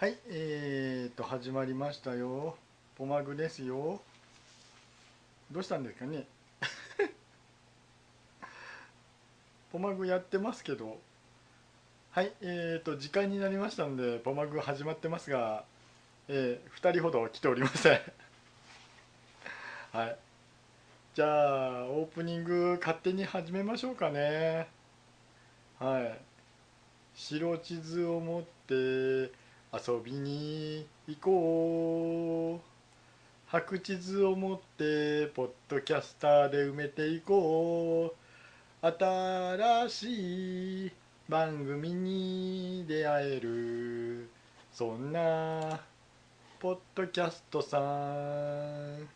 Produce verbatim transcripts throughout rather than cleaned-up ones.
はい、えーと、始まりましたよ。ポマグですよ。どうしたんですかね。ポマグやってますけど。はい、えーと、時間になりましたので、ポマグ始まってますが、えー、ふたりほど来ておりません。はい。じゃあ、オープニング勝手に始めましょうかね。はい。白地図を持って遊びに行こう。白地図を持ってポッドキャスターで埋めていこう。新しい番組に出会える、そんなポッドキャストさん。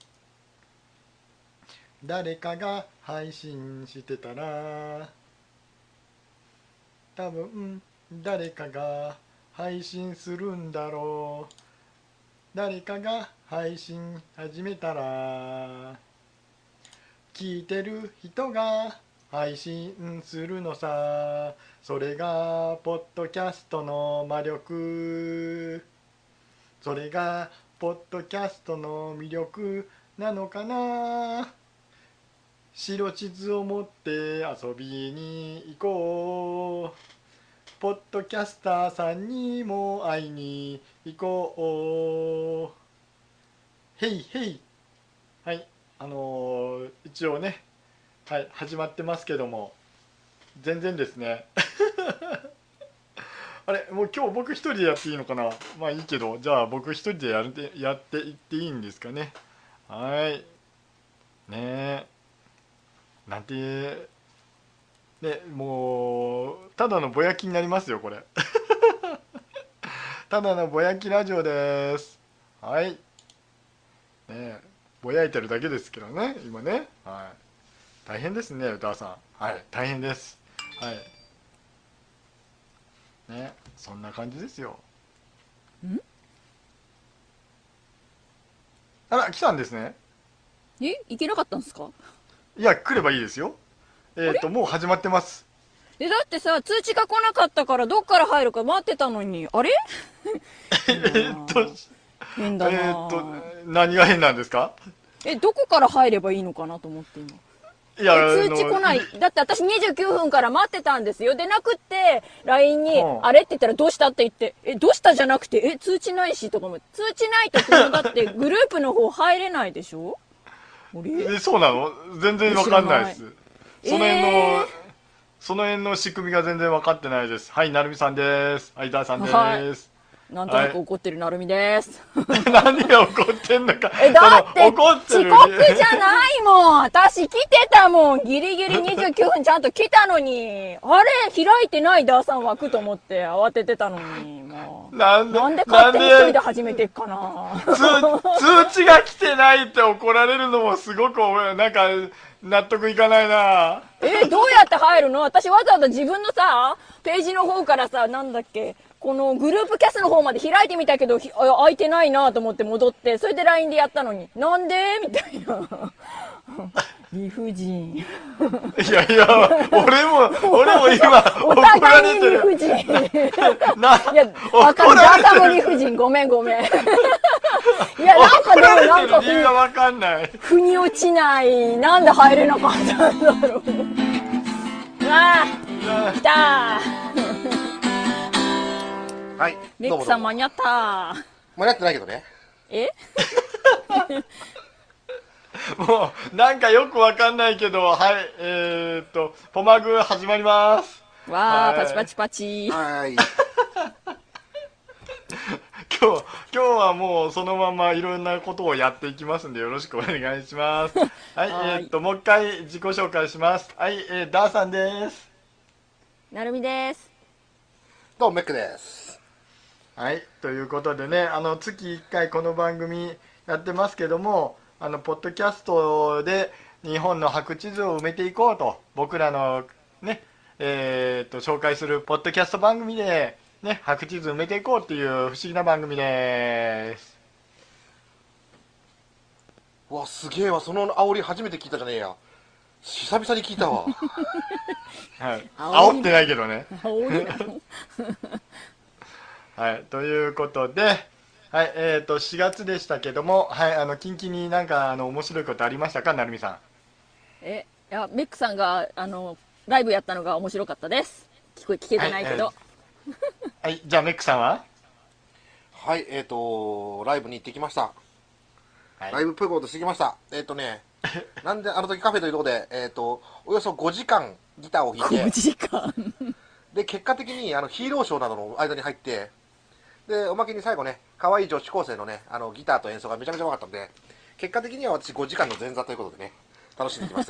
誰かが配信してたら、多分誰かが配信するんだろう。誰かが配信始めたら、聞いてる人が配信するのさ。それがポッドキャストの魔力。それがポッドキャストの魅力なのかな。白地図を持って遊びに行こう。ポッドキャスターさんにも会いに行こう。へいへい。はい、あのー一応ね、はい、始まってますけども、全然ですね。あれ、もう今日僕一人でやっていいのかな。まあいいけど、じゃあ僕一人でやるてやっていっていいんですかね。はい。ねえ。なんて、ね、もう、ただのぼやきになりますよ、これ。ただのぼやきラジオです。はい。ねえ、ぼやいてるだけですけどね、今ね。はい。大変ですね、歌さん。はい、大変です。はい。ね、そんな感じですよ。 んあら、来たんですね。 えいけなかったんすか？ いや、来ればいいですよ。えあれっと、もう始まってます。 え、だってさ、通知が来なかったからどっから入るか待ってたのに。あれ変だえっと、 なぁ。変だなえっと、 ぁ。 何が変なんですか？ え、どこから入ればいいのかなと思って今。 いや、 え、 あ通知の、い、 来ない。だって私にじゅうきゅうふんから待ってたんですよ。でなくって、ライン に、 はあれって言ったらどうしたって言って、え、どうしたじゃなくて、え、通知ないしとかも、通知ないとそのだってグループの方入れないでしょ？あれあ、え、そうなの？全然え、 わかんないで知らない。 す。その辺の、 えその辺の仕組みが全然わかってないです。はい、なるみさんです。はい、だーさんー、はい。 です。 なんとなくはい。 怒ってるなるみです。 何が起こってんのか、 え、だその、 って怒ってる遅刻じゃないもん。私来てたもん。ギリギリにじゅうきゅうふんちゃんと来たのに。あれ開いてないダーさん枠と思って慌ててたのに。もう。 なんで、 なんで勝なんで、 手に一人で始めてっかな。 通、通知が来てないって怒られるのもすごく、なんか、納得いかないな。 え、どうやって入るの？私わざわざ自分のさ、ページの方からさ、なんだっけ、このグループキャスの方まで開いてみたけど、ひあ開いてないなと思って戻って、それで ライン でやったのに。なんでみたいな。理不尽。 いやいや、俺も、俺も今、 お怒ら互いに理れてる。 不尽。いな、 や、わかる。 怒らダーさんもれてる。 理不尽。ごめんごめん。いや、なんかでも怒られてなんかふに、 る理由がわかんない。 腑に落ちない。なんで入れなかったんだろう。ああ、来たはい、 レックどうもどうも。 さん間に合った。 間に合ってないけどね。 えもう、なんかよくわかんないけど、はい、えーっと、ポマグ始まります。 わあ、パチパはい。 チパチ。 はーい。 今日、今日はもうそのままいろんなことをやっていきますんでよろしくお願いします。はい、えはーい。 ーっと、もう一回自己紹介します。はい、えー、ダーさんです。 なるみです。 どうもメックです。 はい、ということでね、あの月いっかいこの番組やってますけども、あのポッドキャストで日本の白地図を埋めていこうと、僕らのね、えー、と紹介するポッドキャスト番組で、ね、白地図埋めていこうっていう不思議な番組です。 うわ、すげえわ。その煽り初めて聞いたじゃねえや。久々に聞いたわ。 はい、 煽りな、 煽ってないけどね。 煽りなの？ はい、ということで、はいえー、としがつでしたけども、はい、あの近々になんかあの面白いことありましたか、なるみさん。 え、いや、メックさんが、あの、ライブやったのが面白かったです。聞こ聞けてないけど。 はい、えーはい、じゃあメックさんは。 はい、えっ、と、ライブに行ってきました。 はい、 ライブっぽいことしてきました。えっ、とね、なんであの時カフェというところで、えっ、と、およそごじかんギターを弾いて、 ごじかん。 で、結果的にあのヒーローショーなどの間に入って、で、おまけに最後ね、可愛い女子高生のね、あのギターと演奏がめちゃめちゃ良かったんで、結果的には私ごじかんの前座ということでね、楽しんできました。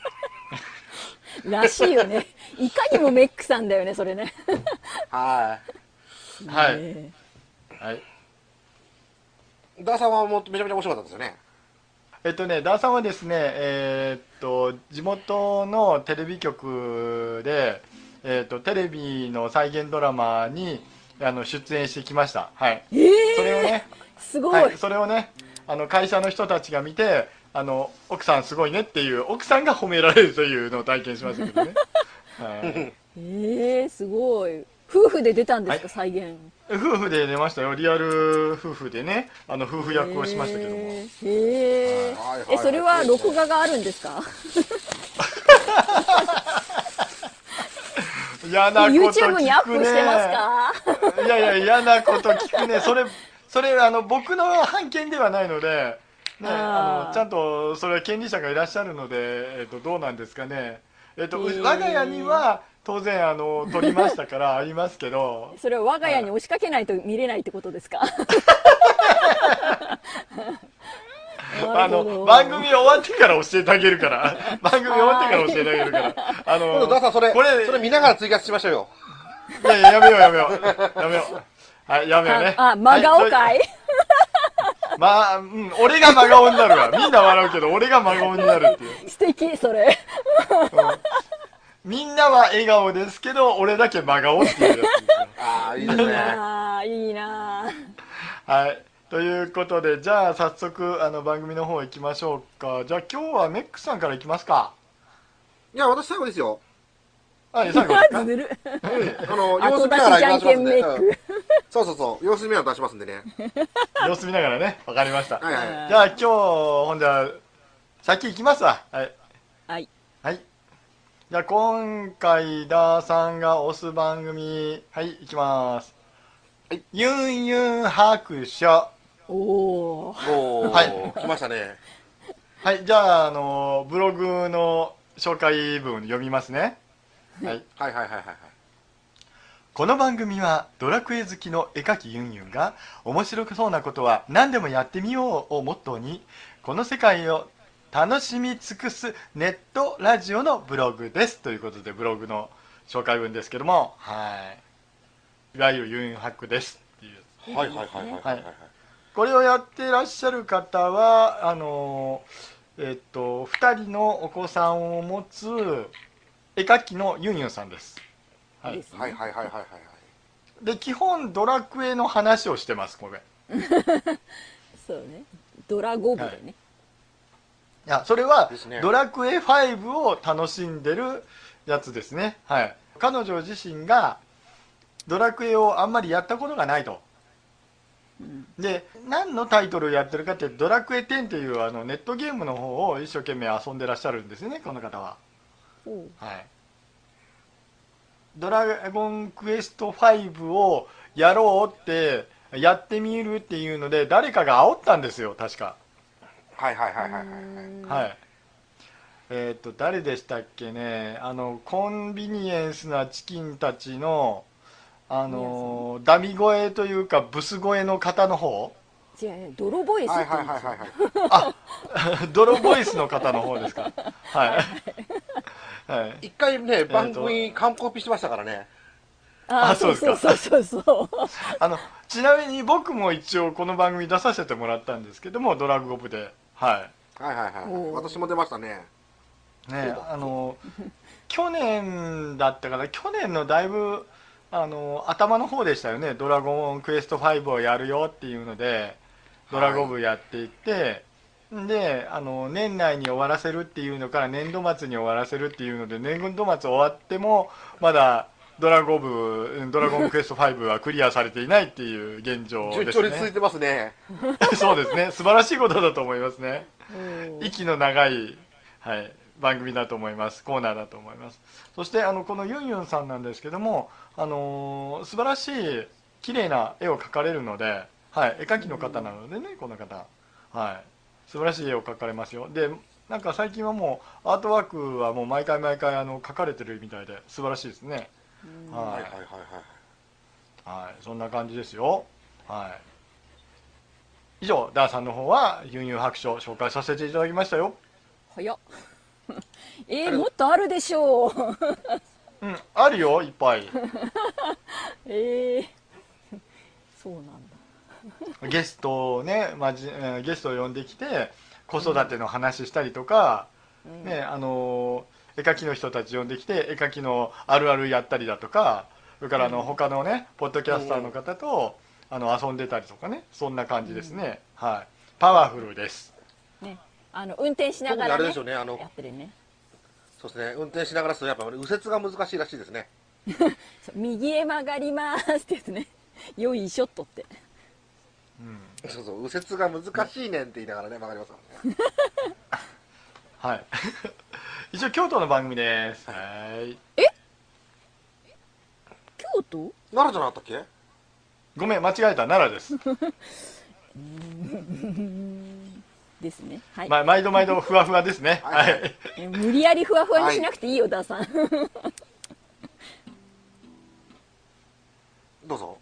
らしいよね。いかにもメックさんだよね、それね。 ははいねはい、 い。ダーさんはもうめちゃめちゃ面白かったですよね。 えっとね、ダーさんはですね、えーっと地元のテレビ局で、えーっとテレビの再現ドラマにあの出演してきました。はい、 ええそれをね、 ー、すごい。 はい、それをね、あの会社の人たちが見て、あの奥さんすごいねっていう奥さんが褒められるというのを体験しましたけどね。はい、 ええー、すごい。夫婦で出たんですか、 はい、 再現。 夫婦で出ましたよ。リアル夫婦でね、あの夫婦役をしましたけども。 へえへえはいはいはいえ、それはそうですね録画があるんですか？ 嫌なこと聞くね。 YouTube にアップしてますか？ いやいや、嫌なこと聞くね。それそれあの僕の版権ではないので、ね、ああーのちゃんとそれは権利者がいらっしゃるので、えっとどうなんですかね。えっとへー我が家には当然あの撮りましたからありますけど、 それを我が家に押しかけないと見れないってことですか？なあのるほど。 番組終わってから教えてあげるから番組終わってから教えてあげるからあ今度のダーさんそれ、 これそれ見ながら追加しましょうよ。 いやいや、やめようやめようやめよう、はい、やめようね。 あ、あ、真顔はい、 かい？ まあ、うん、俺が真顔になるわ。みんな笑うけど俺が真顔になるっていう、 素敵、それ。 うん、みんなは笑顔ですけど俺だけ真顔っていうやつですよ。 ああ、いいいいですね。 なあ、いいなあ。 はい、ということで、じゃあ早速あの番組の方行きましょうか。じゃあ今日はメックさんから行きますか。 いや、私最後ですよ。 はい、最後ですか。 まずぬる。 うん。あの、様後出子見ながしじゃんけんら行きますんで。うんメイク。 そうそうそう。様子見ながら出しますんでね。 様子見ながらね。わかりました。 はいはい。 じゃあ今日ほんじゃ先行きますわ。はいはい。 はい。じゃあ今回ダーさんが推す番組、はい行きます。 はい、 ユンユン白書。 おお。 おー、 はい来ましたね。 はい、じゃあ、あのブログの紹介文読みますね。はい。 はいはいはいはいはい。 この番組はドラクエ好きの絵描きユンユンが面白そうなことは何でもやってみようをモットーにこの世界を楽しみ尽くすネットラジオのブログですということで、ブログの紹介文ですけども、はいいわゆるユンハクですっていう。 はいはいはいはいはいはい。 これをやってらっしゃる方はあのえっとふたりのお子さんを持つ絵描きのユンユンさんです。はいですねはいはいはいはいはい。 で基本ドラクエの話をしてます、これ。 そうね。ドラゴブでね。 いやそれはですねドラクエファイブを楽しんでるやつですね。はい、彼女自身がドラクエをあんまりやったことがないと。 うんで何のタイトルをやってるかってドラクエテンというあのネットゲームの方を一生懸命遊んでらっしゃるんですよね、この方は。 おうはい、ドラゴンクエストファイブをやろうってやってみるっていうので誰かが煽ったんですよ、確か。 はいはいはいはいはいはい。 はいえっ、と誰でしたっけね、あのコンビニエンスなチキンたちのあのダミ声というかブス声の方の方、 違うね、泥ボイスってはい言うんですよ。 はいはいはいはい。 あドロボイスの方の方ですか。はい、はい一回ね、 と番組完コピしてましたからね。 ああ、 あそそううですかそうそうそうそう。 あのちなみに僕も一応この番組出させてもらったんですけども、ドラゴブで。ははいはいはいはい。 おー私も出ましたね。 いね、あの去年だったかな、去年のだいぶあの頭の方でしたよね、ドラゴンクエストファイブをやるよっていうのでドラゴブやっていて、であの年内に終わらせるっていうのから年度末に終わらせるっていうので、年度末終わってもまだドラゴブドラゴンクエストファイブはクリアされていないっていう現状順ですね。 調に続いてますね。 そうですね、素晴らしいことだと思いますね。 うん息の長い、はい、番組だと思います。コーナーだと思います。そしてあのこのユンユンさんなんですけども、あのー素晴らしい綺麗な絵を描かれるので、はい、絵描きの方なのでね、この方、はい、素晴らしい絵を描かれますよ。でなんか最近はもうアートワークはもう毎回毎回あの描かれてるみたいで素晴らしいですね。 うんはいはいはいはいはい。 はい、そんな感じですよ。はい。以上、ダーさんの方はユンユン白書を紹介させていただきましたよ。 早っえー、もっとあるでしょううん、あるよ、いっぱい。 えー、そうなんだ。 ゲストをね、まじ、えーゲストを呼んできて、子育ての話したりとか、 うんね、あのー絵描きの人たち呼んできて、絵描きのあるあるやったりだとか、それからあの、 うん他のね、ポッドキャスターの方と、あの、遊んでたりとかね、そんな感じですね。はい。パワフルです。 ね、あの運転しながら、ね、 特にあれですよね、あのやってるね。 そうですね、運転しながらするとやっぱ右折が難しいらしいですね。 そう右へ曲がりますってやつね。よいしょっとって。 うん。 そうそう、右折が難しいねんって言いながらね、曲がりますからね。 はい。一応京都の番組です。はい。 京都奈良じゃなかったっけ？ ごめん、間違えた、奈良です。 ですね。はい、 ま、毎度毎度ふわふわですね。 はいはい。 え無理やりふわふわにしなくていいよ、ダーさん。 どうぞ。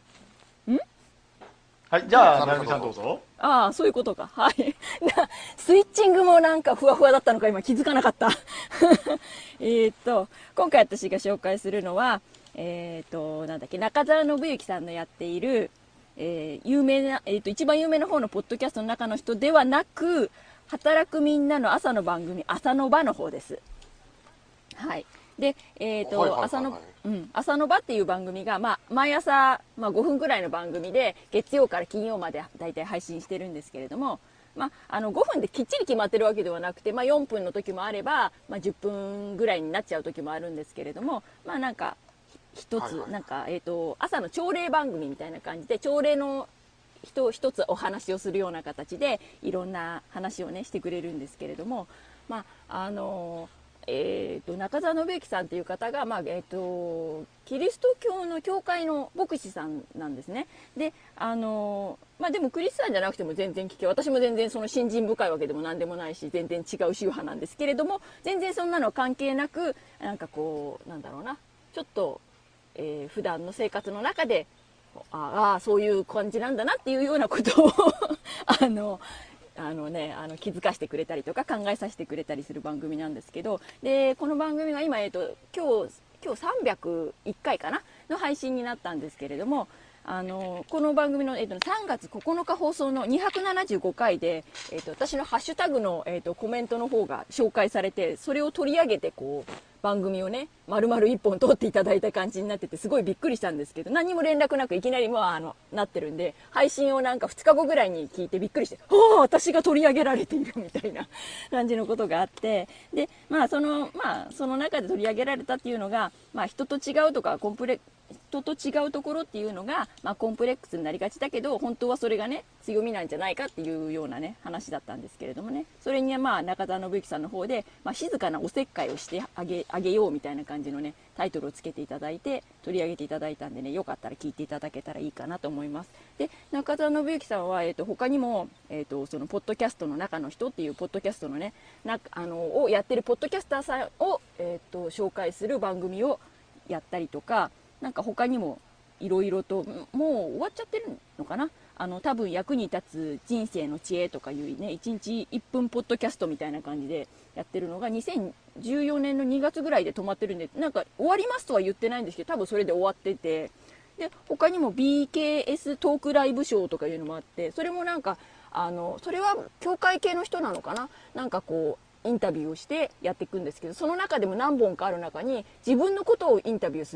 はい、じゃあ、 なるほどなるみさんどうぞ。 ああ、そういうことか。はい。なスイッチングもなんかふわふわだったのか今気づかなかった。えっと、今回私が紹介するのは、えっ、と、なんだっけ、中澤信之さんのやっている、えー有名な、えっ、と、一番有名な方のポッドキャストの中の人ではなく、働くみんなの朝の番組、朝の場の方です。はい。で、えっ、と、 はいはいはいはい朝の、うん、朝の場っていう番組が、まあ、毎朝、まあ、ごふんくらいの番組で、月曜から金曜までだいたい配信してるんですけれども、まあ、あのごふんできっちり決まってるわけではなくて、まあ、よんぷんの時もあれば、まあ、じゅっぷんぐらいになっちゃう時もあるんですけれども、まあ、なんか一つ、 はいはいなんか、えー、と朝の朝礼番組みたいな感じで、朝礼の人一つお話をするような形でいろんな話をねしてくれるんですけれども、まああのえー、と中澤信之さんっていう方が、まあえー、とキリスト教の教会の牧師さんなんですね。であのまあでもクリスチャンじゃなくても全然聞け、私も全然その信心深いわけでも何でもないし、全然違う宗派なんですけれども、全然そんなの関係なく、なんかこうなんだろうな、ちょっと、えー、普段の生活の中でああそういう感じなんだなっていうようなことをあのあのね、あの気づかせてくれたりとか考えさせてくれたりする番組なんですけど、でこの番組が今、えー、と今日今日さんびゃくいっかいかなの配信になったんですけれども、あのこの番組の、えー、とさんがつここのか放送のにひゃくななじゅうごかいで、えー、と私のハッシュタグの、えー、とコメントの方が紹介されて、それを取り上げてこう番組をね丸々いっぽん撮っていただいた感じになってて、すごいびっくりしたんですけど、何にも連絡なくいきなりまああのなってるんで、配信をなんかふつかごぐらいに聞いてびっくりして「おお私が取り上げられている」みたいな感じのことがあって、でまあそのまあその中で取り上げられたっていうのが、まあ、人と違うとかコンプレ人と違うところっていうのが、まあ、コンプレックスになりがちだけど、本当はそれがね強みなんじゃないかっていうようなね話だったんですけれどもね、それにはまあ中澤信之さんの方で、まあ、静かなおせっかいをしてあげあげようみたいな感じのねタイトルをつけていただいて取り上げていただいたんでね、よかったら聞いていただけたらいいかなと思います。で中澤信之さんは、えー、と他にも、えー、とそのポッドキャストの中の人っていうポッドキャストのねなあのをやってるポッドキャスターさんを、えー、と紹介する番組をやったりとか、なんか他にもいろいろと、もう終わっちゃってるのかな、あの多分役に立つ人生の知恵とかいうねいちにちいっぷんポッドキャストみたいな感じでやってるのがにせんじゅうよねんのにがつぐらいで止まってるんで、なんか終わりますとは言ってないんですけど、多分それで終わってて、で他にも ビーケーエス トークライブショーとかいうのもあって、それもなんかあのそれは教会系の人なのかな、なんかこうインタビューをしてやっていくんですけど、その中でも何本かある中に自分のことをインタビューする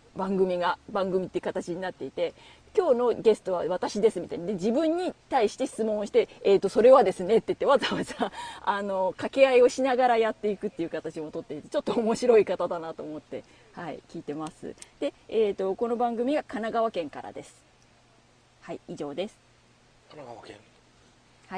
番組が番組っていう形になっていて、今日のゲストは私ですみたいなで、自分に対して質問をして、えーとそれはですねって言ってわざわざあの掛け合いをしながらやっていくっていう形もとっていて、ちょっと面白い方だなと思って、はい、聞いてます。で、えーとこの番組は神奈川県からです。はい、以上です。 神奈川県。 はい。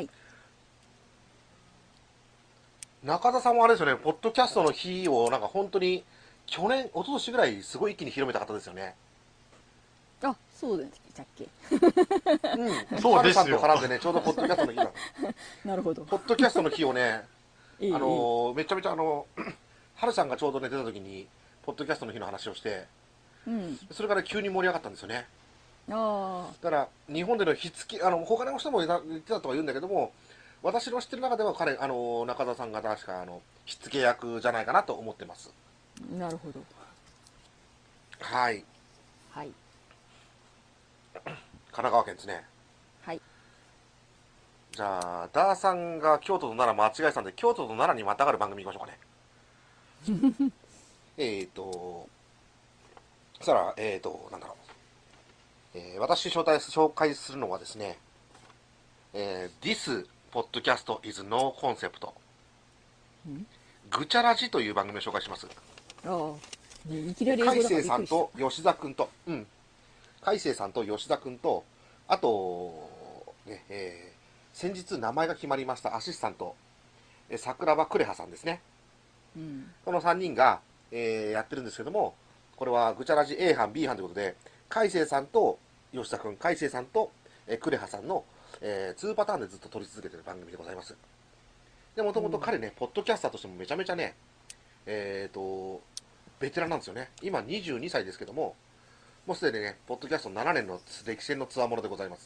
中田さんもあれですよね、ポッドキャストの日をなんか本当に去年、一昨年ぐらいすごい一気に広めた方ですよね。 あ、そうでしたっけ。 うん、 そうですよハルさんと絡んでね、ちょうどポッドキャストの日だ。 なるほど。 ポッドキャストの日をね、 いいいいあのーめちゃめちゃあの、ハルさんがちょうどね、出た時に、ポッドキャストの日の話をして、 うん、 それから急に盛り上がったんですよね。 あだから、日本での火付け、あの、他の人も言ってたとは言うんだけども、私の知ってる中では彼、あの、中田さんが確か、あの、火付け役じゃないかなと思ってます。 あ、なるほど。 はい。 はい。 神奈川県ですね。 はい。 じゃあ、ダーさんが京都と奈良間違えたんで、京都と奈良にまたがる番組行きましょうかね。えっと、そしたら、えっ、と、なんだろう。えー私招待紹介するのはですね、えー This podcast is no concept。 んぐちゃらじという番組を紹介します。 ああ、ね、いきなり英語海だからびっく星さんりした。 と吉田くんと、うん。海星さんと吉田くんと、あと、ね、えー先日名前が決まりましたアシスタント、えー桜庭クレハさんですね。 うん、 このさんにんが、えーやってるんですけども、これはぐちゃらじ A 班 B 班ということで、海星さんと吉田くん、海星さんと、えークレハさんの、えー、にパターンでずっと撮り続けている番組でございます。で、もともと彼ね、ポッドキャスターとしてもめちゃめちゃね、えーと、ベテランなんですよね。今にじゅうにさいですけども、もうすでにね、ポッドキャストななねんの歴戦のつわものでございます。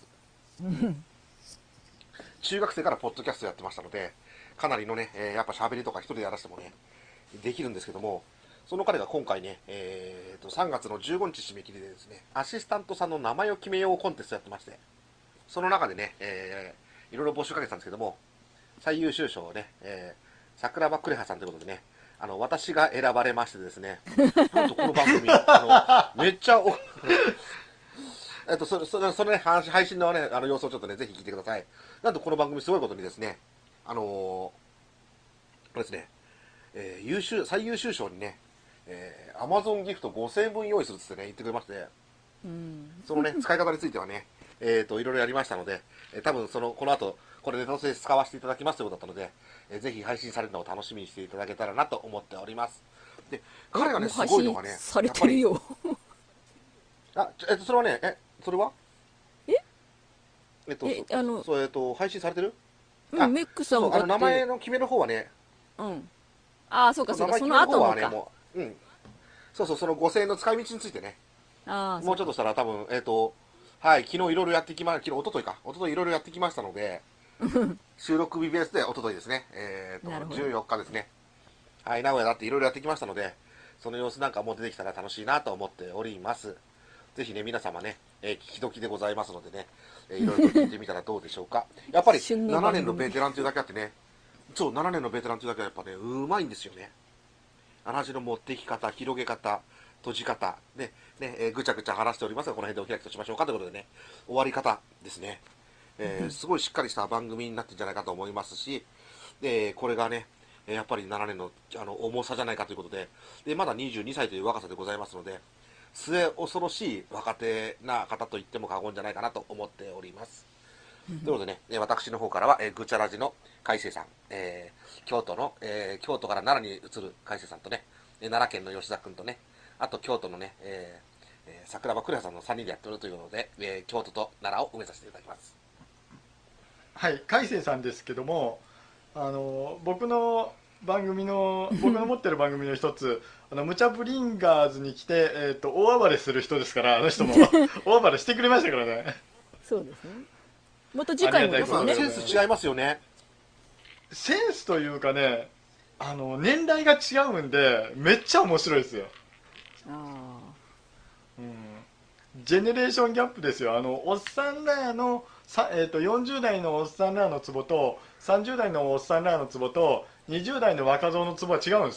中学生からポッドキャストやってましたので、かなりのね、えーやっぱ喋りとか一人でやらせてもね、できるんですけども、その彼が今回ね、えーと、さんがつのじゅうごにち締め切りでですね、アシスタントさんの名前を決めようコンテストやってまして、その中でね、えー、いろいろ募集かけてたんですけども、最優秀賞をね、えー、桜庭クレハさんということでね、あの、私が選ばれましてですね、なんとこの番組、あの、めっちゃお、えっと、それ、それ、それね、配配信のね、あの様子をちょっとね、ぜひ聞いてください。なんとこの番組すごいことにですね、あのー、これですね、えー優秀、最優秀賞にね、えー、Amazon ギフトごせんえんぶん用意するっつってね、言ってくれまして、 うん、 そのね、使い方についてはね、えっと、いろいろやりましたので、えー多分その、この後、これネタとして使わせていただきますということだったので、えーぜひ配信されるのを楽しみにしていただけたらなと思っております。で、彼がね、すもう配信ごいのがね、 されてるよ。 あ、ちょえっと、それはね、え、それはええっと、 えあのそそう、えっと、配信されてるあうん、メックさそう、あの、 んがって名前の決める方はね、 うん。ああ、そうかそうか、 名前その決める方はね、 後のか。 もう、うん。そうそう、そのごせんえんの使い道についてね、 ああ、そうか。 もうちょっとしたら多分、えっと、はい、昨日いろいろやってきま、昨日、一昨日か、一昨日いろいろやってきましたので、収録日ベースで一昨日ですね、えっと、 なるほどじゅうよっかですね。はい、名古屋だっていろいろやってきましたので、その様子なんかも出てきたら楽しいなと思っております。ぜひね、皆様ね、えー聞き時でございますのでね、えーいろいろと聞いてみたらどうでしょうか。やっぱり旬のななねん番組のベテランというだけあってね、そう、ななねんのベテランというだけはやっぱね、うまいんですよね。話の持っていき方、広げ方、閉じ方、ね、ね、えーぐちゃぐちゃ話しておりますが、この辺でお開きとしましょうかということでね、終わり方ですね。えーすごいしっかりした番組になってるんじゃないかと思いますし、で、これがね、えーやっぱりななねんのあの重さじゃないかということで、で、まだにじゅうにさいという若さでございますので、末恐ろしい若手な方と言っても過言じゃないかなと思っております。ということでね、えー私の方からは、えーぐちゃらじの海星さん、えー京都の、えー京都から奈良に移る海星さんとね、えー奈良県の吉田君とね、あと京都のね、えーえー桜庭クレハさんのさんにんでやっておるということで、えー京都と奈良を埋めさせていただきます。 はい海星さんですけども、あの僕の番組の僕の持ってる番組の一つあのムチャブリンガーズに来て、えー、と大暴れする人ですから、あの人も大暴れしてくれましたからね。 そうですね。また次回もありがたいことでですよね。 センス違いますよね。 センスというかね、あの年代が違うんでめっちゃ面白いですよ。 あうん、ジェネレーションギャップですよ。あのおっさんらのさ、えー、とよんじゅう代のおっさんらのツボとさんじゅう代のおっさんらのツボとにじゅう代の若造のツボは違うんですよ。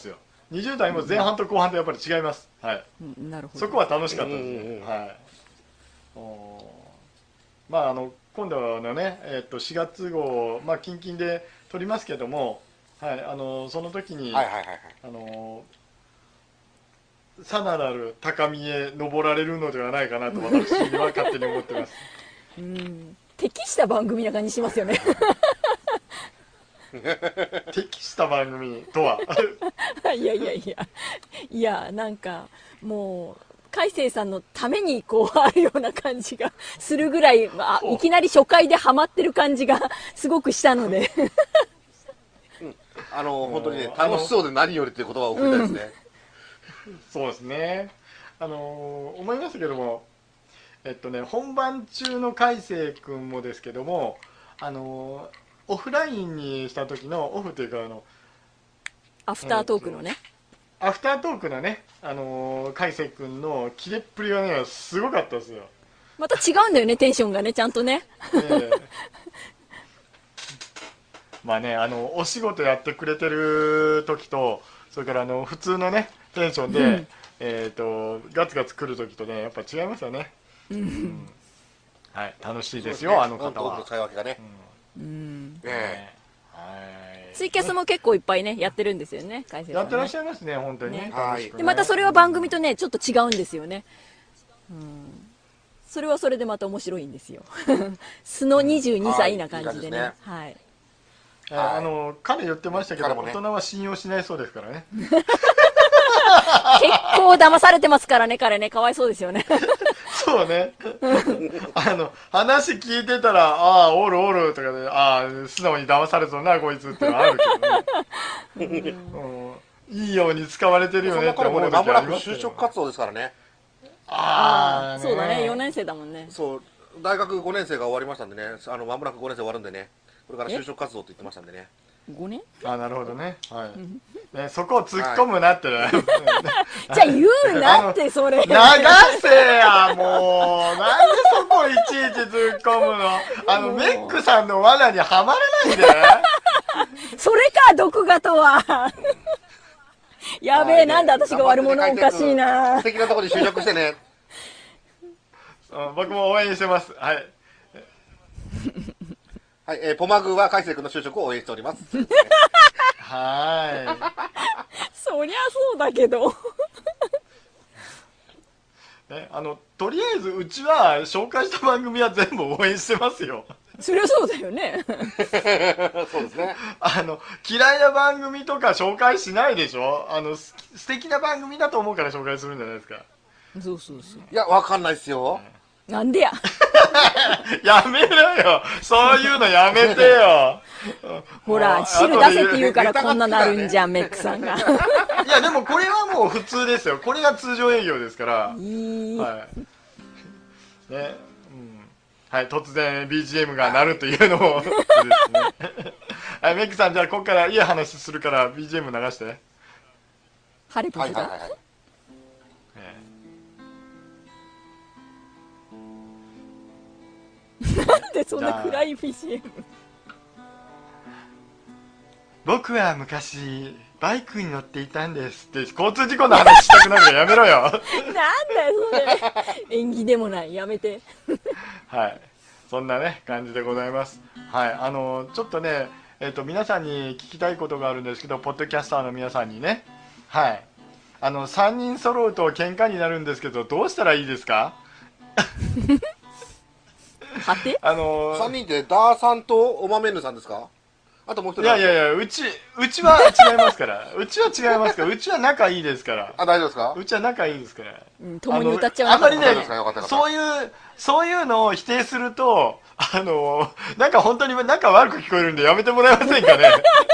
にじゅう代も前半と後半とやっぱり違います。はい。 うん、なるほど。 そこは楽しかったですうんうんうね。 んはい。おまああの今度のね、えっとしがつ号、まあ近々で撮りますけども、はい、あのその時に、 はいはいはいはい。 あのさらなる高みへ登られるのではないかなと私は勝手に思ってます。 うん、適した番組な感じしますよね。 適した番組とは。 いやいやいや、いや、なんか、もう、海星さんのためにこうあるような感じがするぐらい、あ、いきなり初回でハマってる感じがすごくしたので。 あの本当にね、 あの楽しそうで何よりっていう言葉を送りたいですね。 そうですね。あの思いましたけども、えっとね本番中の海星君もですけども、あのオフラインにした時のオフというかあのアフタートークのね。 アフタートークのね、あの海星君のキレっぷりがねすごかったですよ。 また違うんだよね、テンションがね、ちゃんとね。 ええまあね、あのお仕事やってくれてる時と、それからあの普通のねテンションで、 うんえー、とガツガツ来る時とねやっぱ違いますよね。 うんうんはい、楽しいですよ、 そうねあの方はオンとオフの。使い分けがね。 うん。 えはいツイキャスも結構いっぱいね、やってるんですよね、海星さん、ね。 やってらっしゃいますね、本当にね。 ね楽しくねで、またそれは番組とね、ちょっと違うんですよね。うん。それはそれでまた面白いんですよ。素のにじゅうにさいな感じでね。 はいいいはい。 えーあの彼言ってましたけど、 彼もね大人は信用しないそうですからね。 結構騙されてますからね、彼ね。かわいそうですよね。 そうね。あの話聞いてたら、ああ、おるおるとかで、ああ、素直に騙されそうな、こいつってのはあるけどね。うん、いいように使われてるよそんねってな彼もね、 思う時まもなくありますけど就職活動ですからね。 ああ、 そうだね、よねん生だもんね。 そう大学ごねん生が終わりましたんでね、あのまもなくごねん生終わるんでね、これから就職活動って言ってましたんでね。 ごねんあなるほどね。はい。ね、そこを突っ込むなって、ね。 じゃあ言うなって、それ。 流せや、もう。なんでそこいちいち突っ込むの。あの、メックさんの罠にはまらないで。 それか、毒ガとは。やべえ、なんで私が悪者おかしいな素。敵なところに就職してね。 うん僕も応援してます。はい。 はい、えー、ポマグは海星君の就職を応援しております。 はそりゃそうだけど。 い。ね、あの、とりあえず、うちは紹介した番組は全部応援してますよ。 そりゃそうだよね。 そうですね。 あの、嫌いな番組とか紹介しないでしょ。あの、す素敵な番組だと思うから紹介するんじゃないですか。 そうそうそう。 いや、わかんないっすよ。 なんでや。 やめろよ。そういうのやめてよ。 ほら、汁出せって言うからこんななるんじゃん、メックさんが。 いや、でもこれはもう普通ですよ。これが通常営業ですから。 いい。 はい。ね。うん。はい、突然 ビージーエム が鳴るというのもですね。はい、メックさん、じゃあここからいい話するから ビージーエム 流して。 ハレプスが。 はいはいはいはい。 なんでそんな暗い ビージーエム。 僕は昔バイクに乗っていたんですって交通事故の話したくなるからやめろよ。 なんだよ、それ。縁起でもない。やめて。 はいそんなね感じでございます。はいあのちょっとねえっと皆さんに聞きたいことがあるんですけど、ポッドキャスターの皆さんにね、はいあのさんにん揃うと喧嘩になるんですけどどうしたらいいですか？ はてあのさんにんってダーさんとオマメンヌさんですか？あともう一人。 いやいやいやうちうちは違いますからうちは違いますからうちは仲いいですから。 あ、大丈夫ですか？ うちは仲いいですから。 うん共に歌っちゃうあのあんまりねよかったよかったよかったそういうそういうのを否定するとあのなんか本当に仲悪く聞こえるんでやめてもらえませんかね。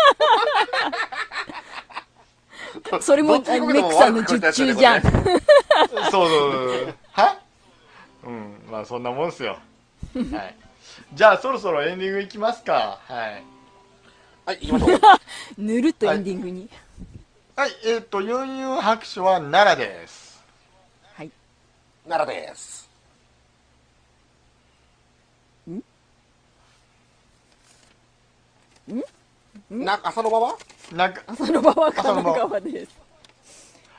それもメックさんの術中じゃん。 そうそうそうはうんまあそんなもんっすよ。はいじゃあそろそろエンディングいきますか。はいはい、行きましょう。 ぬるっとエンディングに。 はいえっ、とユンユン白書は奈良です。 はい。 奈良です。 んな、朝の場はなんか朝の場は神朝の場奈川です。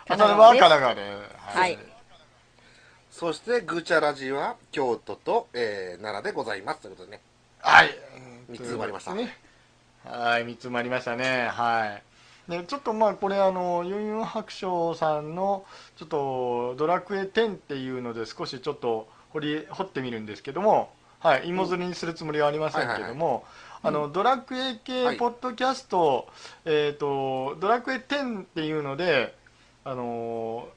神それは神奈川奈川で、 はいそしてグーチャラジは京都と、えー、奈良でございますということでね。 はいみっつ埋まりましたね、はいみっつ埋まりましたね。はいね、ちょっとまあこれあのユンユン白書さんのちょっとドラクエテンっていうので少しちょっと掘り掘ってみるんですけども、はい、芋づりにするつもりはありませんけども、あのドラクエ系ポッドキャスト、はい、えっ、ー、とドラクエテンっていうのであの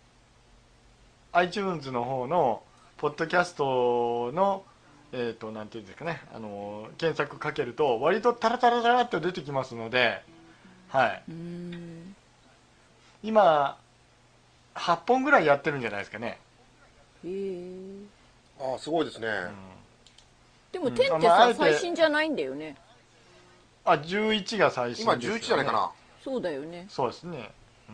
iTunes の方のポッドキャストのえーとなんていうんですかね、あの検索かけると割とタラタラタラっと出てきますので、はい、 うーん今はっぽんぐらいやってるんじゃないですかね。 へえ。 ああすごいですね、 うん、 でもテンってさ、まあ、最新じゃないんだよね。 あじゅういちが最新ですよね。 今じゅういちじゃないかな。 そうだよね。 そうですね、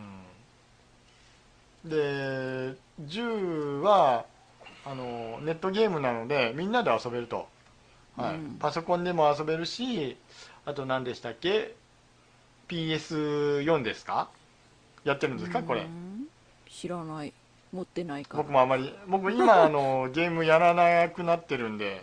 うん、でじゅうはあのネットゲームなのでみんなで遊べると、はい、うん、パソコンでも遊べるし、あと何でしたっけ ピーエスフォー ですかやってるんですかこれ。 知らない、持ってないから。 僕もあまり僕今あのゲームやらなくなってるんで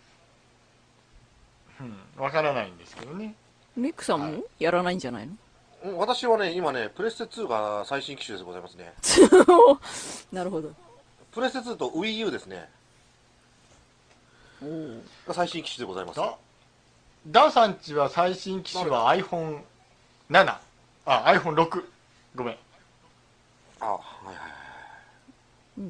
うん、わからないんですけどね。 メックさんもやらないんじゃないの？ 私はね今ねプレステツーが最新機種でございますね。 なるほど。 プレステツーと WiiU ですね。 おーが最新機種でございます。 ダダさんちは最新機種は アイフォンセブン あ アイフォンシックス ごめん。 あはいはいはい。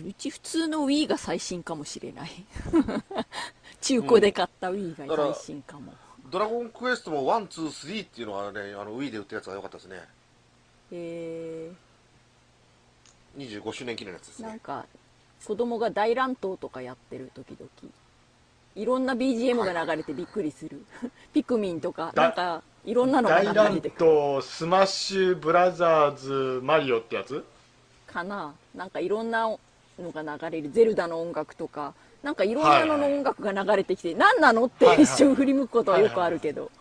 うち普通の Wii が最新かもしれない中古で買った Wii が最新かも、 うん、ドラゴンクエストもワン、ツー、スリーっていうのがねあの Wii で売ってるやつが良かったですね。 へえ。 にじゅうごしゅうねん記念のやつですね。 なんか子供が大乱闘とかやってる時々いろんな ビージーエム が流れてびっくりするピクミンとかなんかいろんなのが流れてくる。 大乱闘スマッシュブラザーズマリオってやつかな。なんかいろんなのが流れるゼルダの音楽とかなんかいろんなのの音楽が流れてきて、はいはい、何なのって一瞬振り向くことはよくあるけど、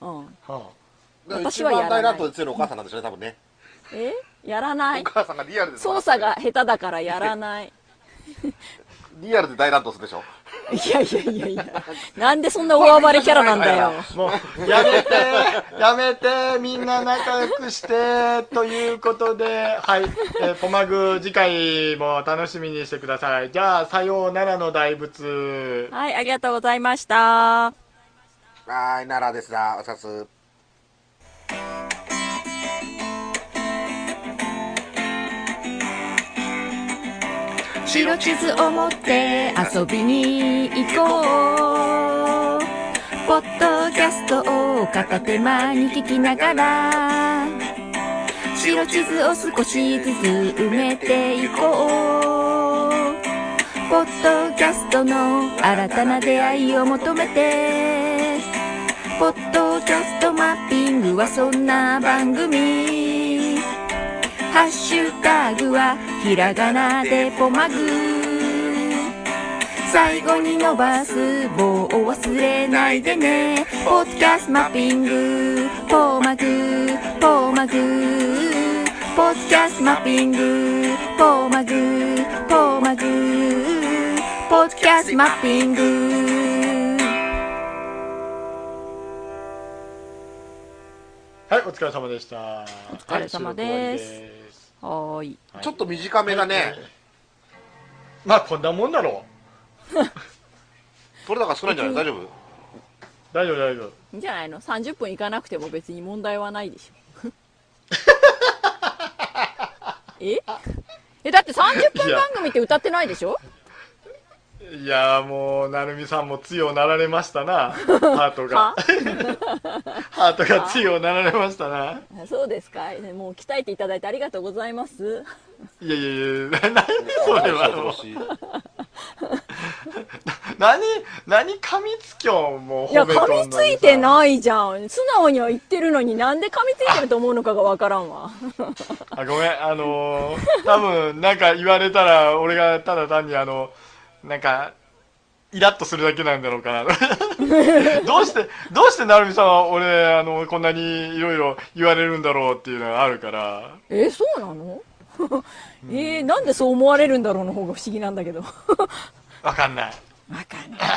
私はやらない。一番大乱闘で強いのお母さんなんでしょうね多分ね。 えやらない。 お母さんがリアルで操作が下手だからやらないリアルで大乱闘するでしょ。 いやいやいやいやなんでそんな大暴れキャラなんだよ。 もうやめてやめてみんな仲良くしてということで、はい、えー、ポマグ次回も楽しみにしてください。じゃあさようならの大仏。 はい、ありがとうございました。はーい、奈良ですな、おさす。 白地図を持って遊びに行こう。ポッドキャストを片手間に聞きながら白地図を少しずつ埋めていこう。ポッドキャストの新たな出会いを求めてポッドキャストマッピングはそんな番組。ハッシュタグはひらがなでポマグ。最後に伸ばす棒を忘れないでね。ポッドキャストマッピングポマグポマグ。ポッドキャストマッピングポマグポマグ。ポッドキャストマッピング。 はい、お疲れ様でした。 お疲れ様です。はーい。 ちょっと短めだね。はい、 まあこんなもんだろう。 取れ高少ないんじゃない？大丈夫？ 大丈夫大丈夫。 いいんじゃないの？さんじゅっぷんいかなくても別に問題はないでしょ。え？えだってさんじゅっぷん番組って歌ってないでしょ？ いやもうなるみさんも強なられましたな。ハートがハートが強なられましたな。 そうですか。もう鍛えていただいてありがとうございます。 いやいやいや何それはもう何何噛みつきょんもう。 いや噛みついてないじゃん。素直には言ってるのになんで噛みついてると思うのかがわからんわ。 あごめんあのー、多分なんか言われたら俺がただ単にあのなんかイラッとするだけなんだろうかな。どうしてどうして成美さんは俺あのこんなにいろいろ言われるんだろうっていうのがあるから。 えそうなの？ えー、なんでそう思われるんだろうの方が不思議なんだけど。 わかんない。 わかんない。